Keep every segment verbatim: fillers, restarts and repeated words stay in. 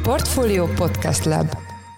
Portfolio Podcast Lab.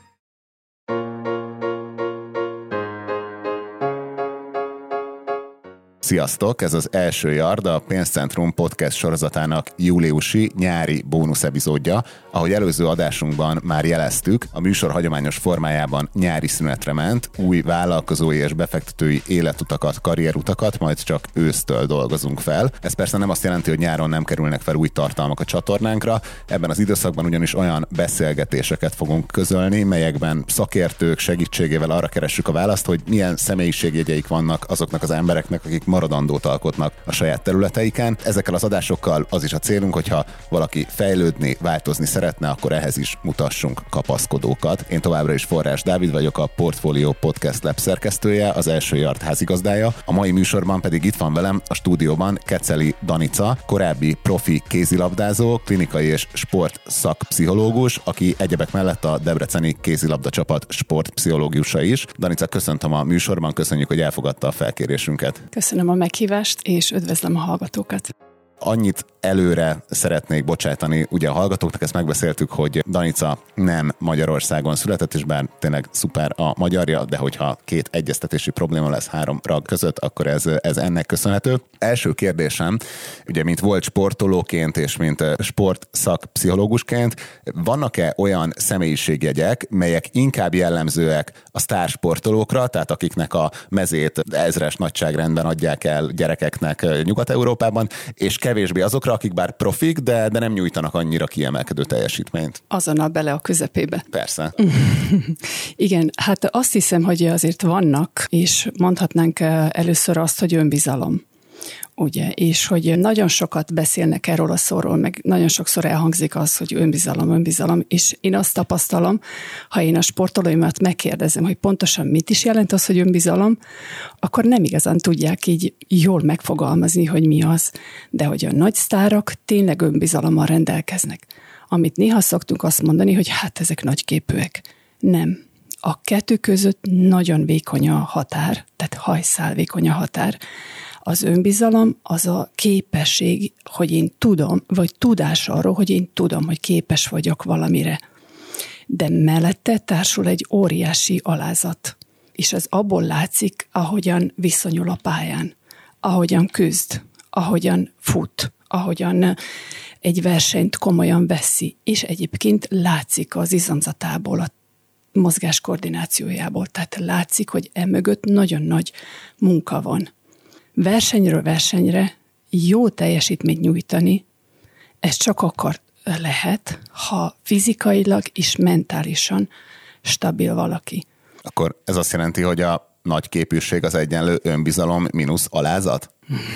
Sziasztok! Ez az első Yard, a Pénzcentrum podcast sorozatának júliusi nyári bónusz epizódja. Ahogy előző adásunkban már jeleztük, a műsor hagyományos formájában nyári szünetre ment, új vállalkozói és befektetői életutakat, karrierutakat majd csak ősztől dolgozunk fel. Ez persze nem azt jelenti, hogy nyáron nem kerülnek fel új tartalmak a csatornánkra, ebben az időszakban ugyanis olyan beszélgetéseket fogunk közölni, melyekben szakértők segítségével arra keressük a választ, hogy milyen személyiségjegyeik vannak azoknak az embereknek, akik maradandót alkotnak a saját területeiken. Ezekkel az adásokkal az is a célunk, hogyha valaki fejlődni, változni szeretne, akkor ehhez is mutassunk kapaszkodókat. Én továbbra is Forrás Dávid vagyok, a Portfolio Podcast Lab szerkesztője, az első Yard házigazdája. A mai műsorban pedig itt van velem a stúdióban Keceli Danica, korábbi profi kézilabdázó, klinikai és sport szakpszichológus, aki egyebek mellett a debreceni kézilabda csapat sportpszichológusa is. Danica, köszöntöm a műsorban, köszönjük, hogy elfogadta a felkérésünket. Köszönöm a meghívást, és üdvözlöm a hallgatókat. Annyit előre szeretnék bocsátani, ugye a hallgatóknak ezt megbeszéltük, hogy Danica nem Magyarországon született, és bár tényleg szuper a magyarja, de hogyha két egyeztetési probléma lesz három rag között, akkor ez, ez ennek köszönhető. Első kérdésem, ugye mint volt sportolóként és mint sportszakpszichológusként, vannak-e olyan személyiségjegyek, melyek inkább jellemzőek a sztársportolókra, tehát akiknek a mezét ezres nagyságrendben adják el gyerekeknek Nyugat-Európában, és kevésbé azokra, akik bár profik, de, de nem nyújtanak annyira kiemelkedő teljesítményt. Azonnal bele a közepébe. Persze. Igen, hát azt hiszem, hogy azért vannak, és mondhatnánk először azt, hogy önbizalom. Ugye, és hogy nagyon sokat beszélnek erről a szóról, meg nagyon sokszor elhangzik az, hogy önbizalom, önbizalom, és én azt tapasztalom, ha én a sportolóimat megkérdezem, hogy pontosan mit is jelent az, hogy önbizalom, akkor nem igazán tudják így jól megfogalmazni, hogy mi az, de hogy a nagy sztárok tényleg önbizalommal rendelkeznek. Amit néha szoktunk azt mondani, hogy hát ezek nagyképűek. Nem. A kettő között nagyon vékony a határ, tehát hajszál vékony a határ. Az önbizalom az a képesség, hogy én tudom, vagy tudás arról, hogy én tudom, hogy képes vagyok valamire. De mellette társul egy óriási alázat. És az abból látszik, ahogyan viszonyul a pályán, ahogyan küzd, ahogyan fut, ahogyan egy versenyt komolyan veszi. És egyébként látszik az izomzatából, a mozgás koordinációjából. Tehát látszik, hogy emögött nagyon nagy munka van. Versenyről versenyre jó teljesítményt nyújtani, ez csak akkor lehet, ha fizikailag és mentálisan stabil valaki. Akkor ez azt jelenti, hogy a nagy képűség az egyenlő önbizalom mínusz alázat?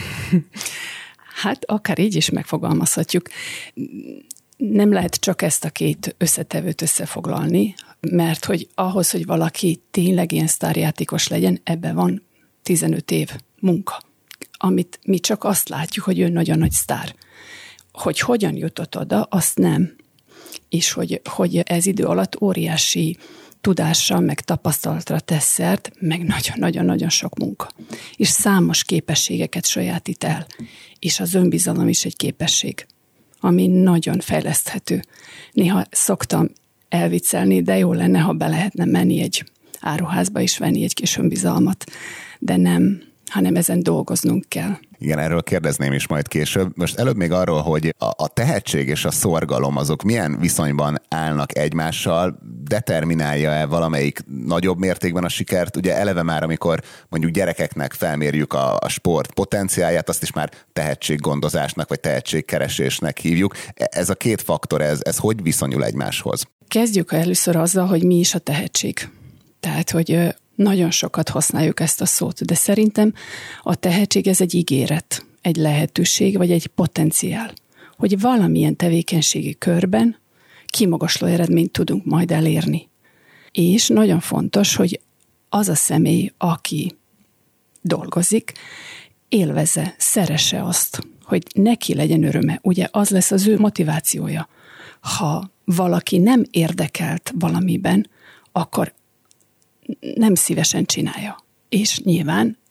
Hát akár így is megfogalmazhatjuk. Nem lehet csak ezt a két összetevőt összefoglalni, mert hogy ahhoz, hogy valaki tényleg ilyen sztárjátékos legyen, ebben van tizenöt év munka, amit mi csak azt látjuk, hogy ő nagyon nagy sztár. Hogy hogyan jutott oda, azt nem. És hogy, hogy ez idő alatt óriási tudással, meg tapasztalatra tesz szert, meg nagyon-nagyon-nagyon sok munka. És számos képességeket sajátít el. És az önbizalom is egy képesség, ami nagyon fejleszthető. Néha szoktam elviccelni, de jó lenne, ha be lehetne menni egy áruházba és venni egy kis önbizalmat, de nem, hanem ezen dolgoznunk kell. Igen, erről kérdezném is majd később. Most előbb még arról, hogy a, a tehetség és a szorgalom azok milyen viszonyban állnak egymással, determinálja-e valamelyik nagyobb mértékben a sikert? Ugye eleve már, amikor mondjuk gyerekeknek felmérjük a, a sport potenciáját, azt is már tehetséggondozásnak vagy tehetségkeresésnek hívjuk. Ez a két faktor, ez, ez hogy viszonyul egymáshoz? Kezdjük először azzal, hogy mi is a tehetség. Tehát, hogy nagyon sokat használjuk ezt a szót, de szerintem a tehetség ez egy ígéret, egy lehetőség, vagy egy potenciál, hogy valamilyen tevékenységi körben kimagasló eredményt tudunk majd elérni. És nagyon fontos, hogy az a személy, aki dolgozik, élvezze, szeresse azt, hogy neki legyen öröme. Ugye az lesz az ő motivációja. Ha valaki nem érdekelt valamiben, akkor nem szívesen csinálja. És nyilván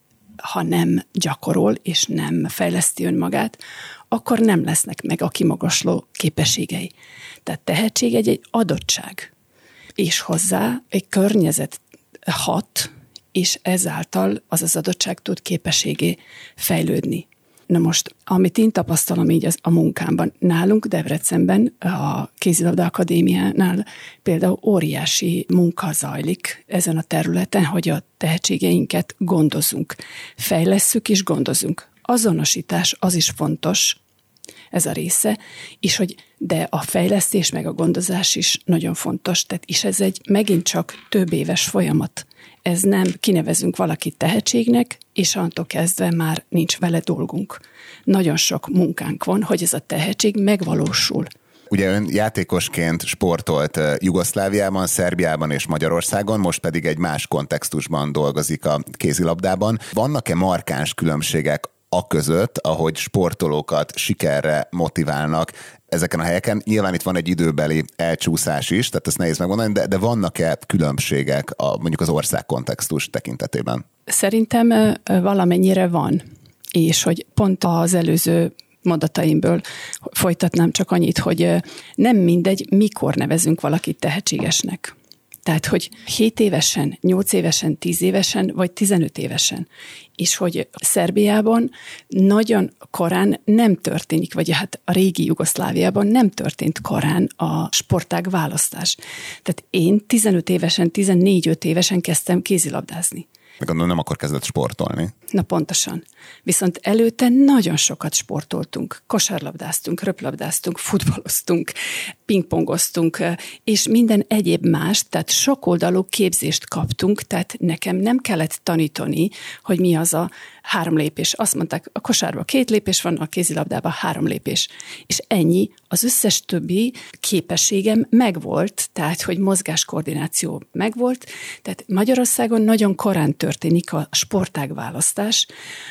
ha nem gyakorol és nem fejleszti önmagát, akkor nem lesznek meg a kimagasló képességei. Tehát tehetség egy, egy adottság, és hozzá egy környezet hat, és ezáltal az az adottság tud képességé fejlődni. Na most, amit én tapasztalom így az, a munkámban, nálunk Debrecenben, a Kézilabda Akadémiánál például óriási munka zajlik ezen a területen, hogy a tehetségeinket gondozunk, fejlesszük és gondozunk. Azonosítás az is fontos, ez a része, és hogy de a fejlesztés meg a gondozás is nagyon fontos, tehát is ez egy megint csak több éves folyamat. Ez nem kinevezünk valakit tehetségnek, és attól kezdve már nincs vele dolgunk. Nagyon sok munkánk van, hogy ez a tehetség megvalósul. Ugye ön játékosként sportolt Jugoszláviában, Szerbiában és Magyarországon, most pedig egy más kontextusban dolgozik a kézilabdában. Vannak-e markáns különbségek a között, ahogy sportolókat sikerre motiválnak ezeken a helyeken? Nyilván itt van egy időbeli elcsúszás is, tehát ezt nehéz megmondani, de, de vannak-e különbségek a, mondjuk az ország kontextus tekintetében? Szerintem valamennyire van, és hogy pont az előző mondataimből folytatnám csak annyit, hogy nem mindegy, mikor nevezünk valakit tehetségesnek. Tehát, hogy hét évesen, nyolc évesen, tíz évesen, vagy tizenöt évesen. És hogy Szerbiában nagyon korán nem történik, vagy hát a régi Jugoszláviában nem történt korán a sportág választás. Tehát én tizenöt évesen, tizennégy-öt évesen kezdtem kézilabdázni. Meg gondolom nem akkor kezdett sportolni. Na pontosan. Viszont előtte nagyon sokat sportoltunk. Kosárlabdáztunk, röplabdáztunk, futballoztunk, pingpongoztunk, és minden egyéb más, tehát sokoldalú képzést kaptunk, tehát nekem nem kellett tanítani, hogy mi az a három lépés. Azt mondták, a kosárban két lépés van, a kézilabdában három lépés. És ennyi, az összes többi képességem megvolt, tehát hogy mozgáskoordináció megvolt, tehát Magyarországon nagyon korán történik a sportág választás,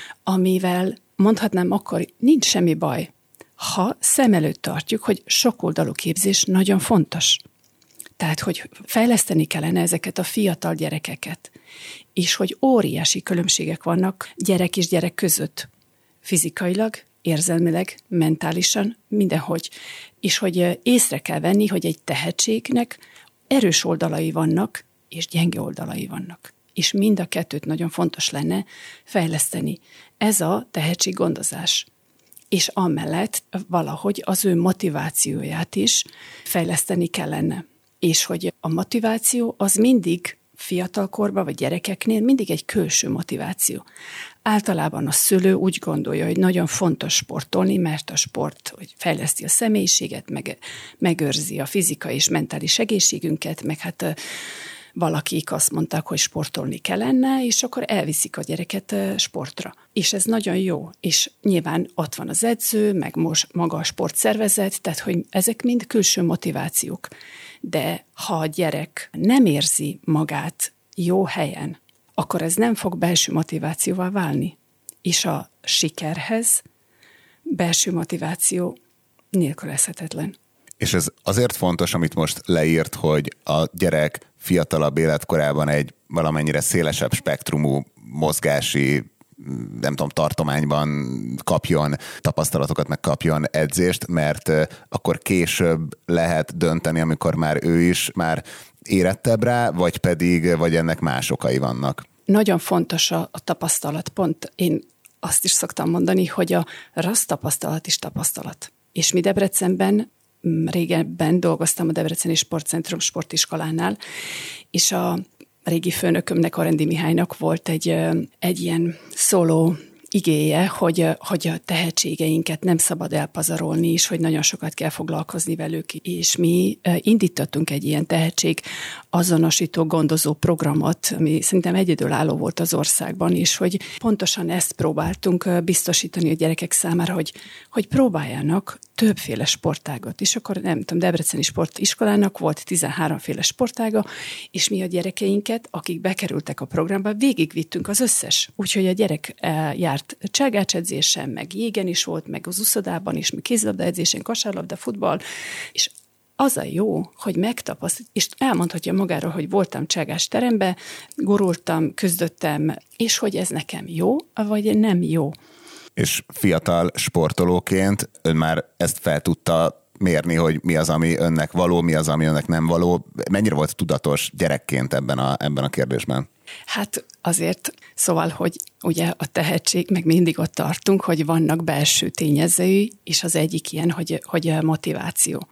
amivel mondhatnám akkor nincs semmi baj, ha szem előtt tartjuk, hogy sokoldalú képzés nagyon fontos. Tehát, hogy fejleszteni kellene ezeket a fiatal gyerekeket, és hogy óriási különbségek vannak gyerek és gyerek között, fizikailag, érzelmileg, mentálisan, mindenhogy. És hogy észre kell venni, hogy egy tehetségnek erős oldalai vannak, és gyenge oldalai vannak. És mind a kettőt nagyon fontos lenne fejleszteni. Ez a tehetséggondozás. És amellett valahogy az ő motivációját is fejleszteni kellene. És hogy a motiváció az mindig fiatalkorban vagy gyerekeknél mindig egy külső motiváció. Általában a szülő úgy gondolja, hogy nagyon fontos sportolni, mert a sport hogy fejleszti a személyiséget, meg, megőrzi a fizikai és mentális egészségünket, meg hát valakik azt mondták, hogy sportolni kellene, és akkor elviszik a gyereket sportra. És ez nagyon jó. És nyilván ott van az edző, meg most maga a sportszervezet, tehát hogy ezek mind külső motivációk. De ha a gyerek nem érzi magát jó helyen, akkor ez nem fog belső motivációvá válni. És a sikerhez belső motiváció nélkülözhetetlen. És ez azért fontos, amit most leírt, hogy a gyerek fiatalabb életkorában egy valamennyire szélesebb spektrumú mozgási, nem tudom, tartományban kapjon tapasztalatokat, meg kapjon edzést, mert akkor később lehet dönteni, amikor már ő is már érettebb rá, vagy pedig, vagy ennek más okai vannak. Nagyon fontos a, a tapasztalat. Pont én azt is szoktam mondani, hogy a rassz tapasztalat is tapasztalat. És mi Debrecenben régebben dolgoztam a Debreceni Sportcentrum sportiskolánál, és a régi főnökömnek, Arendi Mihálynak volt egy, egy ilyen szóló igéje, hogy, hogy a tehetségeinket nem szabad elpazarolni, és hogy nagyon sokat kell foglalkozni velük. És mi indítottunk egy ilyen tehetség azonosító, gondozó programot, ami szerintem egyedülálló volt az országban, és hogy pontosan ezt próbáltunk biztosítani a gyerekek számára, hogy, hogy próbáljanak többféle sportágat. És akkor nem tudom, Debreceni Sportiskolának volt tizenháromféle sportága, és mi a gyerekeinket, akik bekerültek a programba, végigvittünk az összes. Úgyhogy a gyerek járt cselgácsedzésen, meg jégen is volt, meg az uszodában is, meg kézilabdaedzésen, kosárlabda, futball, és az a jó, hogy megtapasztalt, és elmondhatja magáról, hogy voltam cságás terembe, gurultam, küzdöttem, és hogy ez nekem jó, vagy nem jó. És fiatal sportolóként ön már ezt fel tudta mérni, hogy mi az, ami önnek való, mi az, ami önnek nem való. Mennyire volt tudatos gyerekként ebben a, ebben a kérdésben? Hát azért, szóval, hogy ugye a tehetség, meg mindig ott tartunk, hogy vannak belső tényezői, és az egyik ilyen, hogy, hogy a motiváció.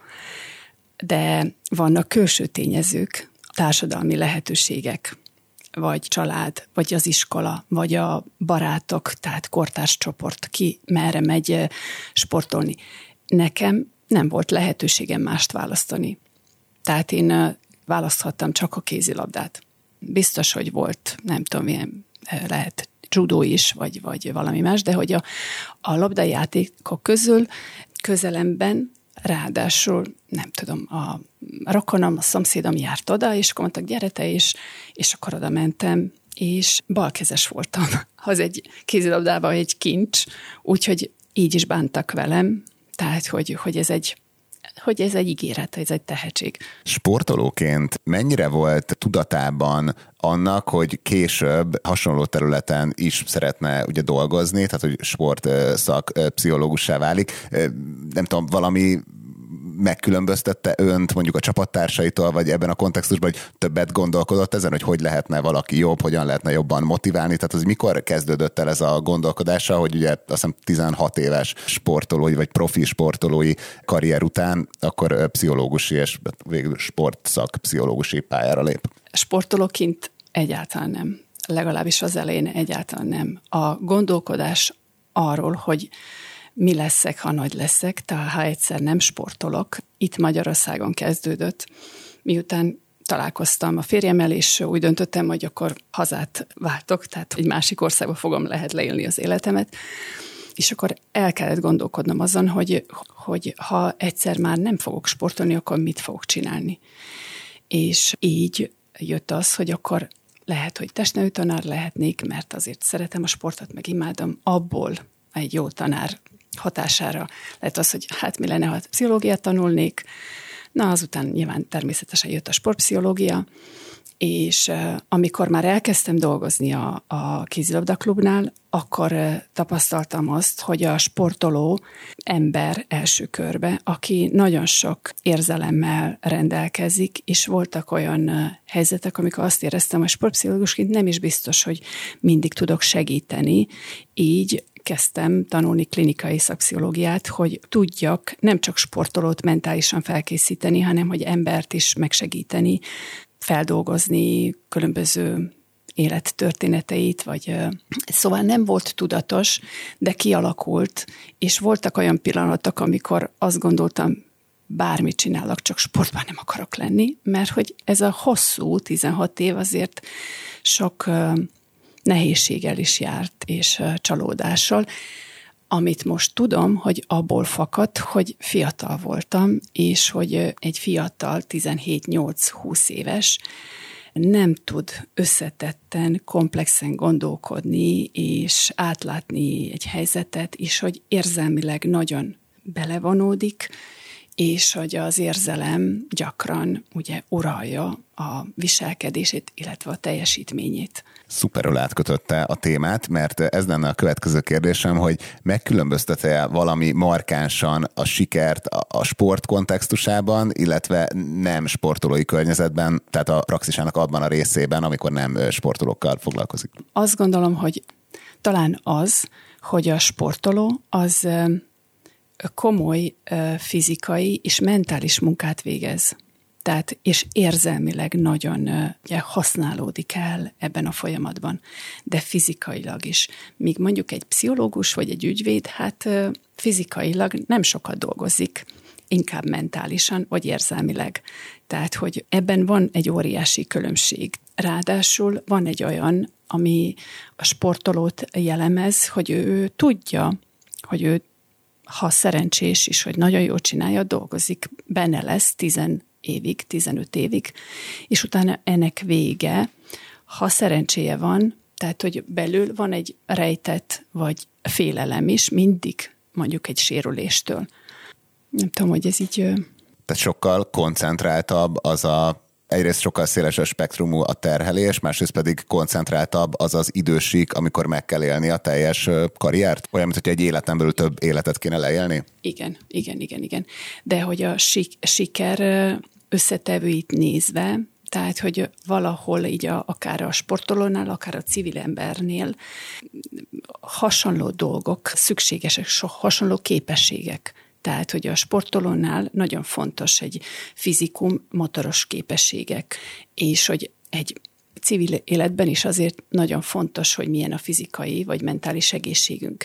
De vannak külső tényezők, társadalmi lehetőségek, vagy család, vagy az iskola, vagy a barátok, tehát kortárscsoport, ki merre megy sportolni. Nekem nem volt lehetőségem mást választani. Tehát én választhattam csak a kézilabdát. Biztos, hogy volt, nem tudom, milyen lehet judó is, vagy, vagy valami más, de hogy a, a labdajátékok közül közelemben ráadásul, nem tudom, a rokonom, a szomszédom járt oda, és akkor mondtak, gyere te is, és akkor oda mentem, és balkezes voltam. Az egy kézilabdában egy kincs, úgyhogy így is bántak velem, tehát, hogy, hogy ez egy hogy ez egy ígéret, ez egy tehetség. Sportolóként mennyire volt tudatában annak, hogy később hasonló területen is szeretne ugye dolgozni, tehát hogy sportszak pszichológussá válik. Nem tudom, valami megkülönböztette önt mondjuk a csapattársaitól, vagy ebben a kontextusban, hogy többet gondolkodott ezen, hogy hogy lehetne valaki jobb, hogyan lehetne jobban motiválni. Tehát az mikor kezdődött el ez a gondolkodása, hogy ugye azt hiszem tizenhat éves sportolói, vagy profi sportolói karrier után akkor pszichológusi és végül sportszak pszichológusi pályára lép? Sportolóként egyáltalán nem. Legalábbis az elején egyáltalán nem. A gondolkodás arról, hogy mi leszek, ha nagy leszek, tehát ha egyszer nem sportolok. Itt Magyarországon kezdődött, miután találkoztam a férjemmel, és úgy döntöttem, hogy akkor hazát váltok, tehát egy másik országba fogom lehet leélni az életemet, és akkor el kellett gondolkodnom azon, hogy, hogy ha egyszer már nem fogok sportolni, akkor mit fogok csinálni. És így jött az, hogy akkor lehet, hogy testnevelő tanár lehetnék, mert azért szeretem a sportot, meg imádom, abból egy jó tanár hatására lehet az, hogy hát mi lenne, ha pszichológiát tanulnék. Na, azután nyilván természetesen jött a sportpszichológia, és uh, amikor már elkezdtem dolgozni a, a kézilabdaklubnál, akkor uh, tapasztaltam azt, hogy a sportoló ember első körbe, aki nagyon sok érzelemmel rendelkezik, és voltak olyan uh, helyzetek, amikor azt éreztem, hogy sportpszichológusként nem is biztos, hogy mindig tudok segíteni, így kezdtem tanulni klinikai szakpszichológiát, hogy tudjak nem csak sportolót mentálisan felkészíteni, hanem hogy embert is megsegíteni, feldolgozni különböző élettörténeteit, vagy szóval nem volt tudatos, de kialakult, és voltak olyan pillanatok, amikor azt gondoltam, bármit csinálok, csak sportban nem akarok lenni, mert hogy ez a hosszú tizenhat év azért sok nehézséggel is járt, és csalódással, amit most tudom, hogy abból fakadt, hogy fiatal voltam, és hogy egy fiatal, tizenhét-nyolc-húsz éves nem tud összetetten, komplexen gondolkodni, és átlátni egy helyzetet, és hogy érzelmileg nagyon belevonódik, és hogy az érzelem gyakran ugye uralja a viselkedését, illetve a teljesítményét. Szuperül átkötötte a témát, mert ez lenne a következő kérdésem, hogy megkülönböztet-e valami markánsan a sikert a sport kontextusában, illetve nem sportolói környezetben, tehát a praxisának abban a részében, amikor nem sportolókkal foglalkozik? Azt gondolom, hogy talán az, hogy a sportoló az komoly fizikai és mentális munkát végez. Tehát, és érzelmileg nagyon ugye, használódik el ebben a folyamatban, de fizikailag is. Míg mondjuk egy pszichológus vagy egy ügyvéd, hát fizikailag nem sokat dolgozik, inkább mentálisan vagy érzelmileg. Tehát, hogy ebben van egy óriási különbség. Ráadásul van egy olyan, ami a sportolót jellemez, hogy ő tudja, hogy ő ha szerencsés is, hogy nagyon jól csinálja, dolgozik, benne lesz tizen évig, tizenöt évig, és utána ennek vége, ha szerencséje van, tehát, hogy belül van egy rejtett vagy félelem is, mindig mondjuk egy sérüléstől. Nem tudom, hogy ez így... Tehát sokkal koncentráltabb az a egyrészt sokkal szélesebb spektrumú a terhelés, másrészt pedig koncentráltabb az az idősík, amikor meg kell élni a teljes karriert? Olyan, mint hogy egy életen belül több életet kéne leélni? Igen, igen, igen, igen. De hogy a sik- siker összetevőit nézve, tehát, hogy valahol így a, akár a sportolónál, akár a civil embernél hasonló dolgok szükségesek, hasonló képességek. Tehát, hogy a sportolónál nagyon fontos egy fizikum, motoros képességek, és hogy egy civil életben is azért nagyon fontos, hogy milyen a fizikai vagy mentális egészségünk.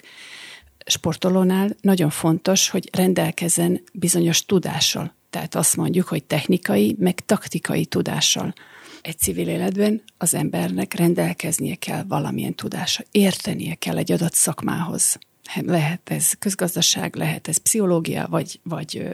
Sportolónál nagyon fontos, hogy rendelkezzen bizonyos tudással. Tehát azt mondjuk, hogy technikai, meg taktikai tudással. Egy civil életben az embernek rendelkeznie kell valamilyen tudása, értenie kell egy adott szakmához. Lehet ez közgazdaság, lehet ez pszichológia, vagy, vagy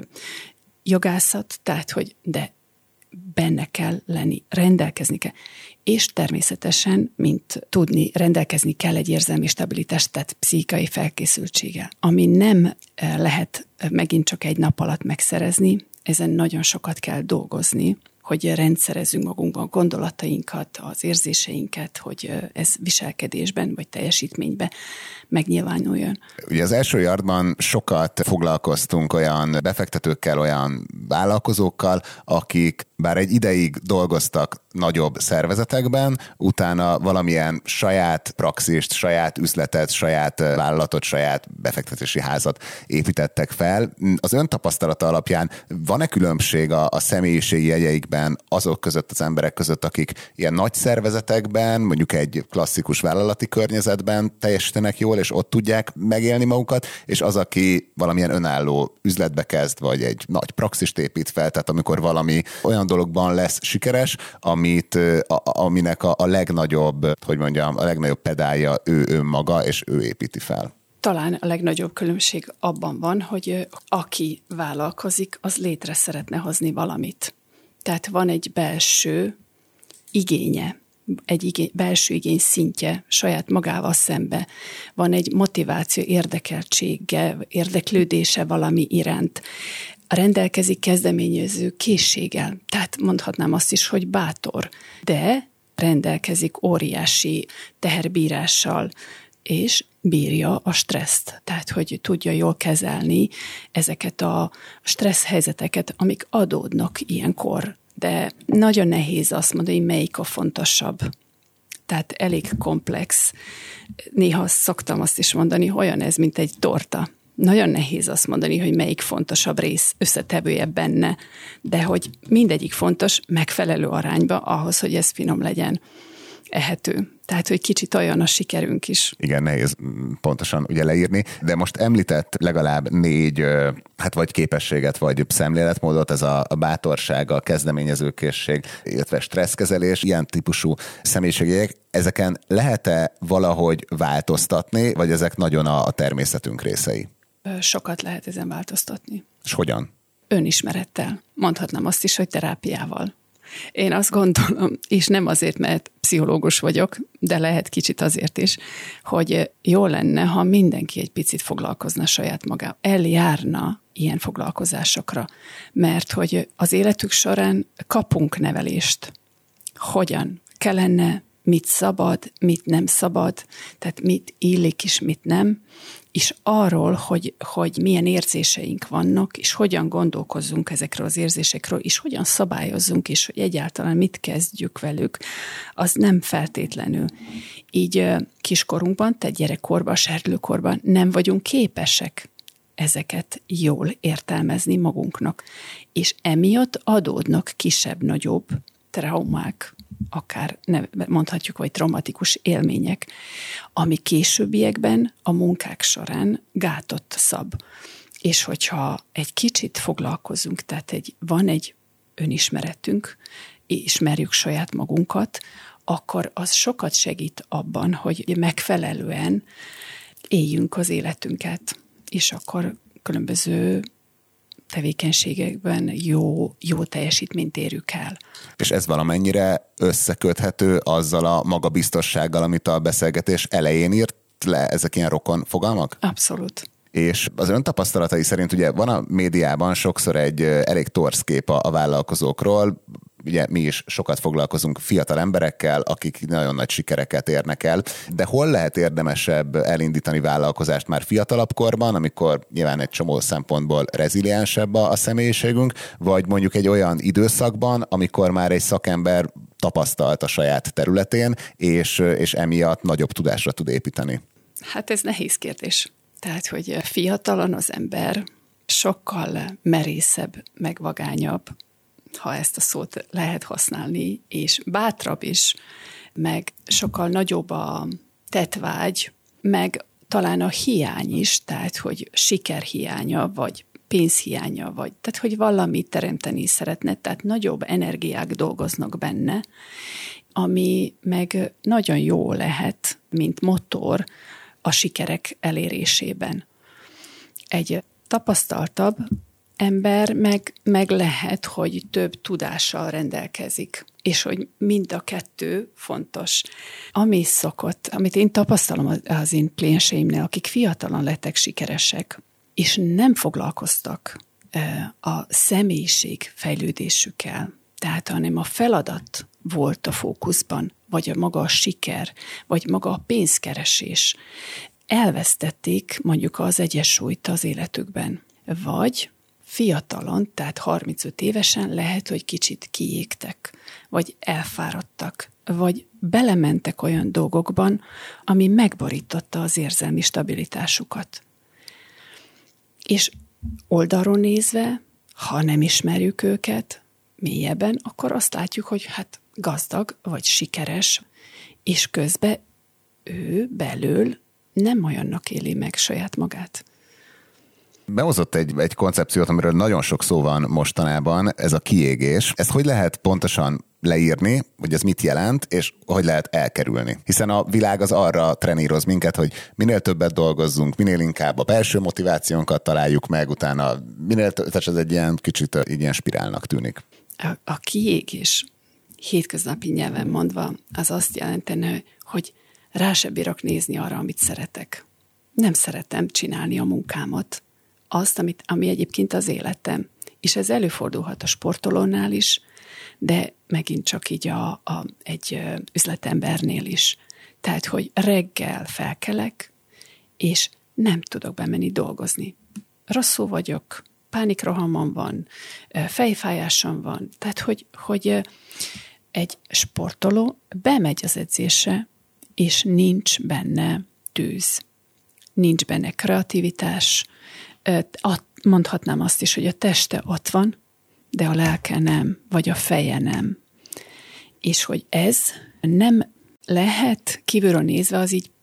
jogászat, tehát, hogy de benne kell lenni, rendelkezni kell. És természetesen, mint tudni, rendelkezni kell egy érzelmi stabilitást, tehát pszichikai felkészültséggel, ami nem lehet megint csak egy nap alatt megszerezni, ezen nagyon sokat kell dolgozni, hogy rendszerezzünk magunkban gondolatainkat, az érzéseinket, hogy ez viselkedésben vagy teljesítményben megnyilvánuljon. Ugye az első yardban sokat foglalkoztunk olyan befektetőkkel, olyan vállalkozókkal, akik bár egy ideig dolgoztak nagyobb szervezetekben, utána valamilyen saját praxist, saját üzletet, saját vállalatot, saját befektetési házat építettek fel. Az ön tapasztalata alapján van-e különbség a, a személyiségi jegyeikben azok között, az emberek között, akik ilyen nagy szervezetekben, mondjuk egy klasszikus vállalati környezetben teljesítenek jól, és ott tudják megélni magukat, és az, aki valamilyen önálló üzletbe kezd, vagy egy nagy praxist épít fel, tehát amikor valami olyan dologban lesz sikeres, amit, a, aminek a, a legnagyobb, hogy mondjam, a legnagyobb pedálja ő önmaga, és ő építi fel. Talán a legnagyobb különbség abban van, hogy aki vállalkozik, az létre szeretne hozni valamit. Tehát van egy belső igénye, egy igény, belső igény szintje saját magával szembe. Van egy motiváció, érdekeltsége, érdeklődése valami iránt. Rendelkezik kezdeményező készséggel. Tehát mondhatnám azt is, hogy bátor, de rendelkezik óriási teherbírással, és bírja a stresszt. Tehát, hogy tudja jól kezelni ezeket a stressz helyzeteket, amik adódnak ilyenkor. De nagyon nehéz azt mondani, hogy melyik a fontosabb. Tehát elég komplex. Néha szoktam azt is mondani, olyan ez, mint egy torta. Nagyon nehéz azt mondani, hogy melyik fontosabb rész, összetevője benne, de hogy mindegyik fontos megfelelő arányba ahhoz, hogy ez finom legyen, ehető. Tehát, hogy kicsit olyan a sikerünk is. Igen, nehéz pontosan ugye leírni, de most említett legalább négy, hát vagy képességet, vagy szemléletmódot, ez a, a bátorság, a kezdeményezőkészség, illetve stresszkezelés, ilyen típusú személyiségek, ezeken lehet-e valahogy változtatni, vagy ezek nagyon a, a természetünk részei? Sokat lehet ezen változtatni. És hogyan? Önismerettel. Mondhatnám azt is, hogy terápiával. Én azt gondolom, és nem azért, mert pszichológus vagyok, de lehet kicsit azért is, hogy jó lenne, ha mindenki egy picit foglalkozna saját magával, eljárna ilyen foglalkozásokra, mert hogy az életük során kapunk nevelést. Hogyan kellene, mit szabad, mit nem szabad, tehát mit illik és mit nem, és arról, hogy, hogy milyen érzéseink vannak, és hogyan gondolkozzunk ezekről az érzésekről, és hogyan szabályozzunk, és hogy egyáltalán mit kezdjük velük, az nem feltétlenül. Így kiskorunkban, tehát gyerekkorban, serdülőkorban nem vagyunk képesek ezeket jól értelmezni magunknak, és emiatt adódnak kisebb-nagyobb traumák, akár mondhatjuk, vagy traumatikus élmények, ami későbbiekben a munkák során gátot szab. És hogyha egy kicsit foglalkozunk, tehát egy, van egy önismeretünk, ismerjük saját magunkat, akkor az sokat segít abban, hogy megfelelően éljünk az életünket, és akkor különböző tevékenységekben jó, jó teljesítményt érjük el. És ez valamennyire összeköthető azzal a magabiztossággal, amit a beszélgetés elején írt le, ezek ilyen rokon fogalmak? Abszolút. És az ön tapasztalatai szerint ugye van a médiában sokszor egy elég torz kép a vállalkozókról, ugye mi is sokat foglalkozunk fiatal emberekkel, akik nagyon nagy sikereket érnek el, de hol lehet érdemesebb elindítani vállalkozást már fiatalabb korban, amikor nyilván egy csomó szempontból reziliensebb a, a személyiségünk, vagy mondjuk egy olyan időszakban, amikor már egy szakember tapasztalt a saját területén, és, és emiatt nagyobb tudásra tud építeni? Hát ez nehéz kérdés. Tehát, hogy fiatalon az ember sokkal merészebb, megvagányabb, ha ezt a szót lehet használni, és bátrabb is, meg sokkal nagyobb a tettvágy, meg talán a hiány is, tehát, hogy sikerhiánya, vagy pénzhiánya, vagy tehát, hogy valamit teremteni szeretne, tehát nagyobb energiák dolgoznak benne, ami meg nagyon jó lehet, mint motor a sikerek elérésében. Egy tapasztaltabb ember meg, meg lehet, hogy több tudással rendelkezik, és hogy mind a kettő fontos. Ami szokott, amit én tapasztalom az én klienseimnél, akik fiatalon lettek sikeresek, és nem foglalkoztak a személyiség fejlődésükkel, tehát hanem a feladat volt a fókuszban, vagy a maga a siker, vagy maga a pénzkeresés. Elvesztették mondjuk az egyensúlyt az életükben. Vagy fiatalon, tehát harmincöt évesen lehet, hogy kicsit kiégtek, vagy elfáradtak, vagy belementek olyan dolgokban, ami megborította az érzelmi stabilitásukat. És oldalról nézve, ha nem ismerjük őket mélyebben, akkor azt látjuk, hogy hát gazdag, vagy sikeres, és közben ő belül nem olyannak éli meg saját magát. Behozott egy, egy koncepciót, amiről nagyon sok szó van mostanában, ez a kiégés. Ezt hogy lehet pontosan leírni, hogy ez mit jelent, és hogy lehet elkerülni? Hiszen a világ az arra treníroz minket, hogy minél többet dolgozzunk, minél inkább a belső motivációnkat találjuk meg, utána minél többet, tehát ez egy ilyen kicsit egy ilyen spirálnak tűnik. A, a kiégés, hétköznapi nyelven mondva, az azt jelentene, hogy rá se bírok nézni arra, amit szeretek. Nem szeretem csinálni a munkámat, azt, amit, ami egyébként az életem. És ez előfordulhat a sportolónál is, de megint csak így a, a, egy üzletembernél is. Tehát, hogy reggel felkelek, és nem tudok bemenni dolgozni. Rosszul vagyok, pánikrohamom van, fejfájásom van. Tehát, hogy, hogy egy sportoló bemegy az edzésre, és nincs benne tűz, nincs benne kreativitás. Mondhatnám azt is, hogy a teste ott van, de a lelke nem, vagy a feje nem. És hogy ez nem lehet kívülről nézve, az így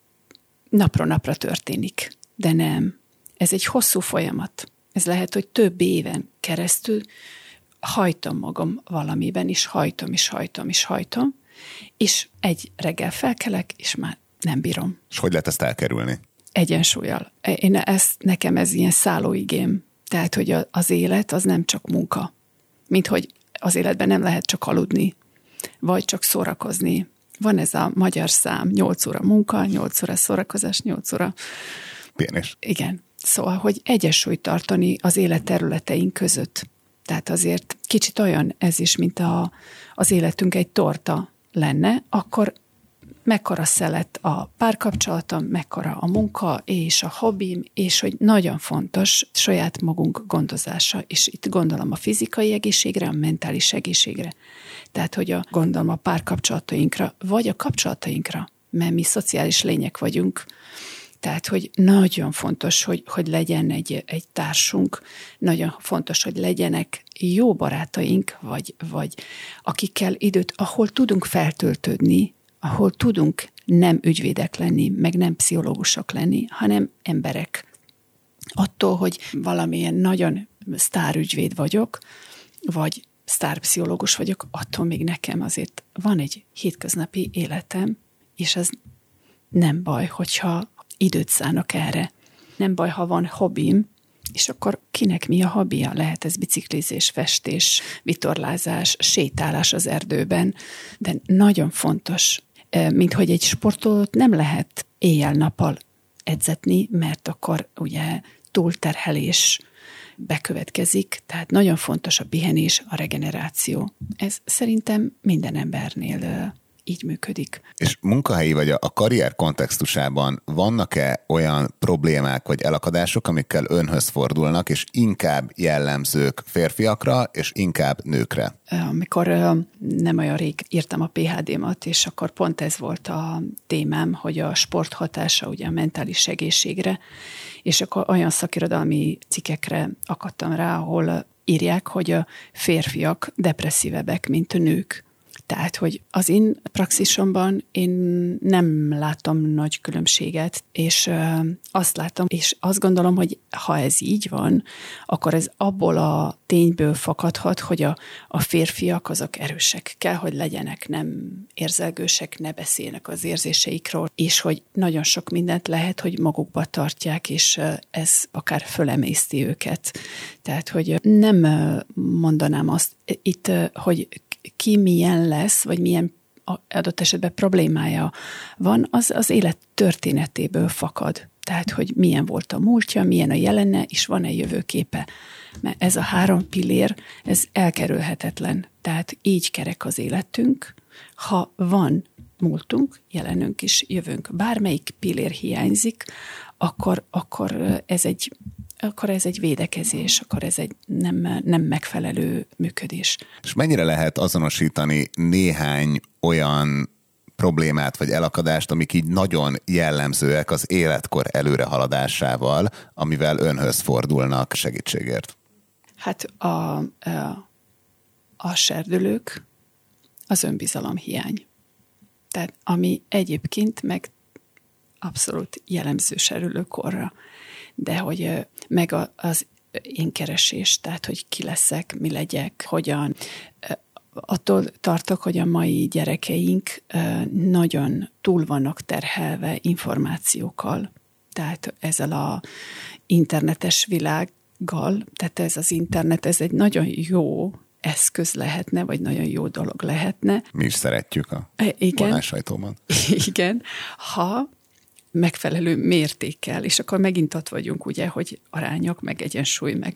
napról napra történik, de nem. Ez egy hosszú folyamat. Ez lehet, hogy több éven keresztül hajtom magam valamiben, és hajtom, és hajtom, és hajtom, és egy reggel felkelek, és már nem bírom. És hogy lehet ezt elkerülni? Egyensúlyal. Én ezt, nekem ez ilyen szállóigém. Tehát, hogy az élet az nem csak munka. Mint hogy az életben nem lehet csak aludni, vagy csak szórakozni. Van ez a magyar szám, nyolc óra munka, nyolc óra szórakozás, nyolc óra... Pihenés. Igen. Szóval, hogy egyensúlyt tartani az élet területeink között. Tehát azért kicsit olyan ez is, mint a, az életünk egy torta lenne, akkor mekkora szelet a párkapcsolatom, mekkora a munka és a hobbim, és hogy nagyon fontos saját magunk gondozása, és itt gondolom a fizikai egészségre, a mentális egészségre. Tehát, hogy a, gondolom a párkapcsolatainkra, vagy a kapcsolatainkra, mert mi szociális lények vagyunk. Tehát, hogy nagyon fontos, hogy, hogy legyen egy, egy társunk, nagyon fontos, hogy legyenek jó barátaink, vagy, vagy akikkel időt, ahol tudunk feltöltődni, ahol tudunk nem ügyvédek lenni, meg nem pszichológusok lenni, hanem emberek. Attól, hogy valamilyen nagyon sztárügyvéd vagyok, vagy sztárpszichológus vagyok, attól még nekem azért van egy hétköznapi életem, és ez nem baj, hogyha időt szánok erre. Nem baj, ha van hobbim, és akkor kinek mi a hobbija? Lehet ez biciklizés, festés, vitorlázás, sétálás az erdőben, de nagyon fontos, mint hogy egy sportolót nem lehet éjjel-nappal edzetni, mert akkor ugye túlterhelés bekövetkezik, tehát nagyon fontos a pihenés, a regeneráció. Ez szerintem minden embernél így működik. És munkahelyi vagy a karrier kontextusában vannak-e olyan problémák vagy elakadások, amikkel önhöz fordulnak, és inkább jellemzők férfiakra, és inkább nőkre? Amikor nem olyan rég írtam a pé há dé-mat, és akkor pont ez volt a témám, hogy a sport hatása ugye a mentális egészségre, és akkor olyan szakirodalmi cikkekre akadtam rá, ahol írják, hogy a férfiak depresszívebbek, mint a nők. Tehát, hogy az én praxisomban én nem látom nagy különbséget, és azt látom, és azt gondolom, hogy ha ez így van, akkor ez abból a tényből fakadhat, hogy a, a férfiak azok erősek kell, hogy legyenek, nem érzelgősek, ne beszélnek az érzéseikről, és hogy nagyon sok mindent lehet, hogy magukba tartják, és ez akár fölemészti őket. Tehát, hogy nem mondanám azt itt, hogy ki milyen lesz, vagy milyen adott esetben problémája van, az az élet történetéből fakad. Tehát, hogy milyen volt a múltja, milyen a jelenne, és van-e jövőképe. Mert ez a három pillér, ez elkerülhetetlen. Tehát így kerek az életünk. Ha van múltunk, jelenünk is, jövőnk, bármelyik pillér hiányzik, akkor, akkor ez egy akkor ez egy védekezés, akkor ez egy nem, nem megfelelő működés. És mennyire lehet azonosítani néhány olyan problémát vagy elakadást, amik így nagyon jellemzőek az életkor előrehaladásával, amivel önhöz fordulnak segítségért? Hát a, a, a serdülők, az önbizalomhiány. Tehát ami egyébként meg abszolút jellemző serdülőkorra. De hogy meg az én keresés, tehát hogy ki leszek, mi legyek, hogyan. Attól tartok, hogy a mai gyerekeink nagyon túl vannak terhelve információkkal, tehát ezzel a internetes világgal, tehát ez az internet, ez egy nagyon jó eszköz lehetne, vagy nagyon jó dolog lehetne. Mi is szeretjük a vonásajtóban. Igen, ha megfelelő mértékkel, és akkor megint ott vagyunk, ugye, hogy arányok, meg egyensúly, meg.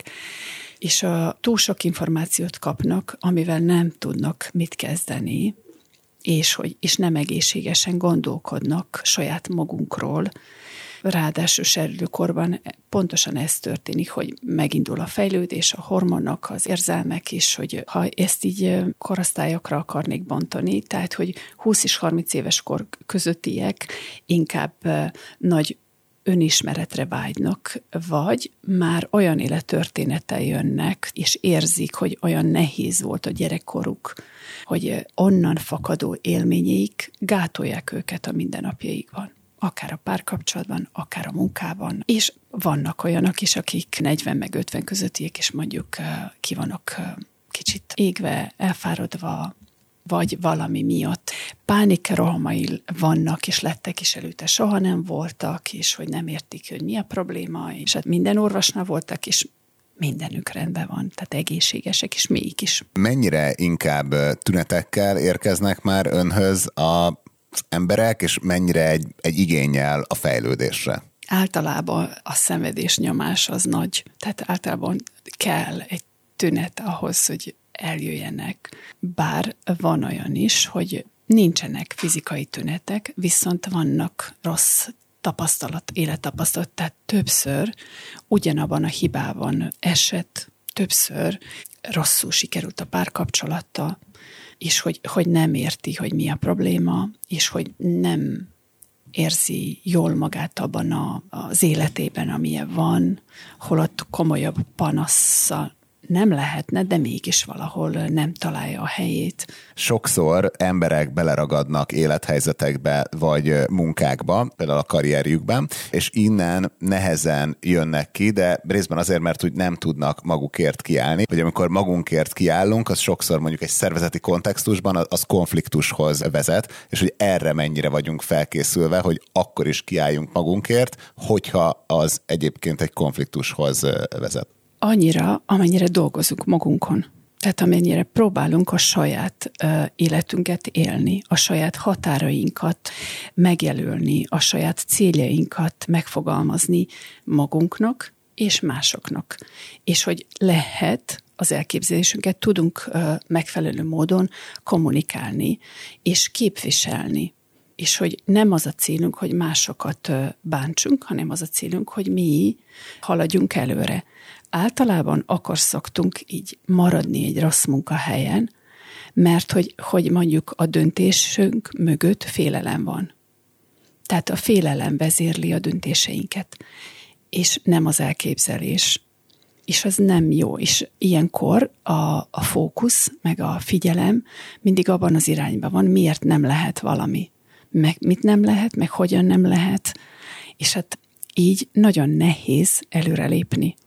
És a, túl sok információt kapnak, amivel nem tudnak mit kezdeni, és, hogy, és nem egészségesen gondolkodnak saját magunkról. Ráadásul serdülőkorban pontosan ez történik, hogy megindul a fejlődés, a hormonok, az érzelmek is, hogy ha ezt így korosztályokra akarnék bontani, tehát, hogy húsz és harminc éves kor közöttiek inkább nagy önismeretre vágynak, vagy már olyan élettörténettel jönnek, és érzik, hogy olyan nehéz volt a gyerekkoruk, hogy onnan fakadó élményeik gátolják őket a mindennapjaikban. Akár a párkapcsolatban, akár a munkában. És vannak olyanok is, akik negyven meg ötven közöttiek, és mondjuk ki vannak kicsit égve, elfáradva, vagy valami miatt. Pánikrohamai vannak, és lettek is előtte, soha nem voltak, és hogy nem értik, hogy mi a probléma, és hát minden orvosnál voltak, és mindenük rendben van, tehát egészségesek, és még is. Mennyire inkább tünetekkel érkeznek már önhöz a emberek, és mennyire egy, egy igénnyel a fejlődésre? Általában a szenvedés nyomás az nagy, tehát általában kell egy tünet ahhoz, hogy eljöjjenek. Bár van olyan is, hogy nincsenek fizikai tünetek, viszont vannak rossz tapasztalat, élettapasztalat, tehát többször ugyanabban a hibában esett, többször rosszul sikerült a párkapcsolata, és hogy, hogy nem érti, hogy mi a probléma, és hogy nem érzi jól magát abban a, az életében, amilyen van, holott komolyabb panaszsal nem lehetne, de mégis valahol nem találja a helyét. Sokszor emberek beleragadnak élethelyzetekbe vagy munkákba, például a karrierjükben, és innen nehezen jönnek ki, de részben azért, mert úgy nem tudnak magukért kiállni, hogy amikor magunkért kiállunk, az sokszor mondjuk egy szervezeti kontextusban az konfliktushoz vezet, és hogy erre mennyire vagyunk felkészülve, hogy akkor is kiálljunk magunkért, hogyha az egyébként egy konfliktushoz vezet. Annyira, amennyire dolgozunk magunkon. Tehát amennyire próbálunk a saját uh, életünket élni, a saját határainkat megjelölni, a saját céljainkat megfogalmazni magunknak és másoknak. És hogy lehet az elképzelésünket, tudunk uh, megfelelő módon kommunikálni és képviselni. És hogy nem az a célunk, hogy másokat uh, bántsunk, hanem az a célunk, hogy mi haladjunk előre. Általában akkor szoktunk így maradni egy rossz munkahelyen, mert hogy, hogy mondjuk a döntésünk mögött félelem van. Tehát a félelem vezérli a döntéseinket, és nem az elképzelés. És az nem jó. És ilyenkor a, a fókusz, meg a figyelem mindig abban az irányban van, miért nem lehet valami. Meg mit nem lehet, meg hogyan nem lehet. És hát így nagyon nehéz előrelépni.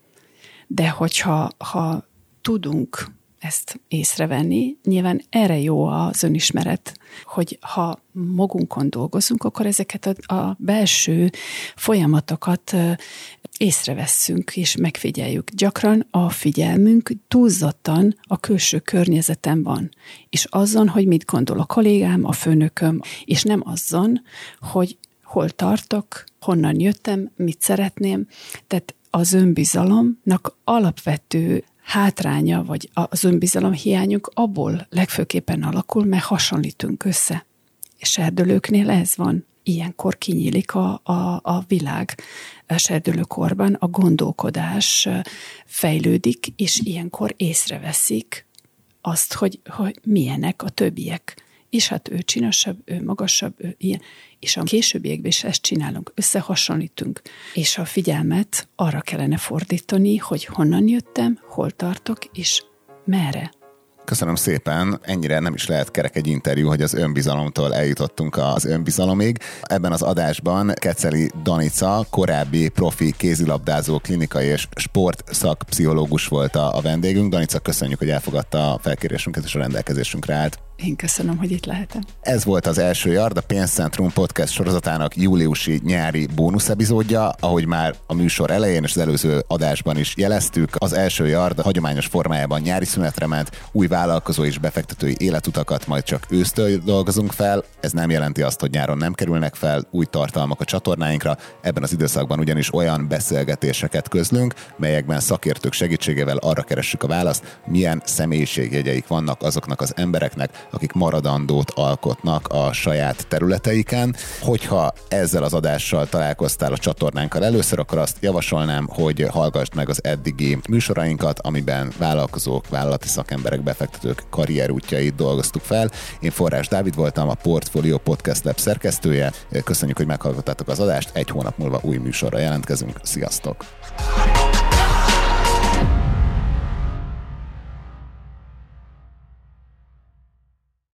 De hogyha ha tudunk ezt észrevenni, nyilván erre jó az önismeret, hogy ha magunkon dolgozunk, akkor ezeket a, a belső folyamatokat észrevesszünk és megfigyeljük. Gyakran a figyelmünk túlzottan a külső környezeten van, és azon, hogy mit gondol a kollégám, a főnököm, és nem azon, hogy hol tartok, honnan jöttem, mit szeretném. Tehát az önbizalomnak alapvető hátránya, vagy az önbizalom hiányunk abból legfőképpen alakul, mert hasonlítunk össze. És erdőlőknél ez van. Ilyenkor kinyílik a, a, a világ. A serdülőkorban a gondolkodás fejlődik, és ilyenkor észreveszik azt, hogy, hogy milyenek a többiek. És hát ő csinosabb, ő magasabb, ő ilyen. És a későbbiekben is ezt csinálunk, összehasonlítunk. És a figyelmet arra kellene fordítani, hogy honnan jöttem, hol tartok, és merre. Köszönöm szépen, ennyire nem is lehet kerek egy interjú, hogy az önbizalomtól eljutottunk az önbizalomig. Ebben az adásban Keceli Danica, korábbi profi kézilabdázó, klinikai és sportszakpszichológus volt a, a vendégünk. Danica, köszönjük, hogy elfogadta a felkérésünket és a rendelkezésünkre állt. Én köszönöm, hogy itt lehetem. Ez volt az első Yard, a Pénzcentrum podcast sorozatának júliusi nyári bónuszepizódja. Ahogy már a műsor elején és az előző adásban is jeleztük, az első Yard a hagyományos formájában nyári szünetre ment, új vállalkozó és befektetői életutakat majd csak ősztől dolgozunk fel. Ez nem jelenti azt, hogy nyáron nem kerülnek fel új tartalmak a csatornáinkra. Ebben az időszakban ugyanis olyan beszélgetéseket közlünk, melyekben szakértők segítségével arra keressük a választ, milyen személyiségjegyeik vannak azoknak az embereknek, akik maradandót alkotnak a saját területeiken. Hogyha ezzel az adással találkoztál a csatornánkkal először, akkor azt javasolnám, hogy hallgassd meg az eddigi műsorainkat, amiben vállalkozók, vállalati szakemberek, befektetők karrierútjait dolgoztuk fel. Én Forrás Dávid voltam, a Portfolio Podcast Lab szerkesztője. Köszönjük, hogy meghallgattátok az adást. Egy hónap múlva új műsorra jelentkezünk. Sziasztok!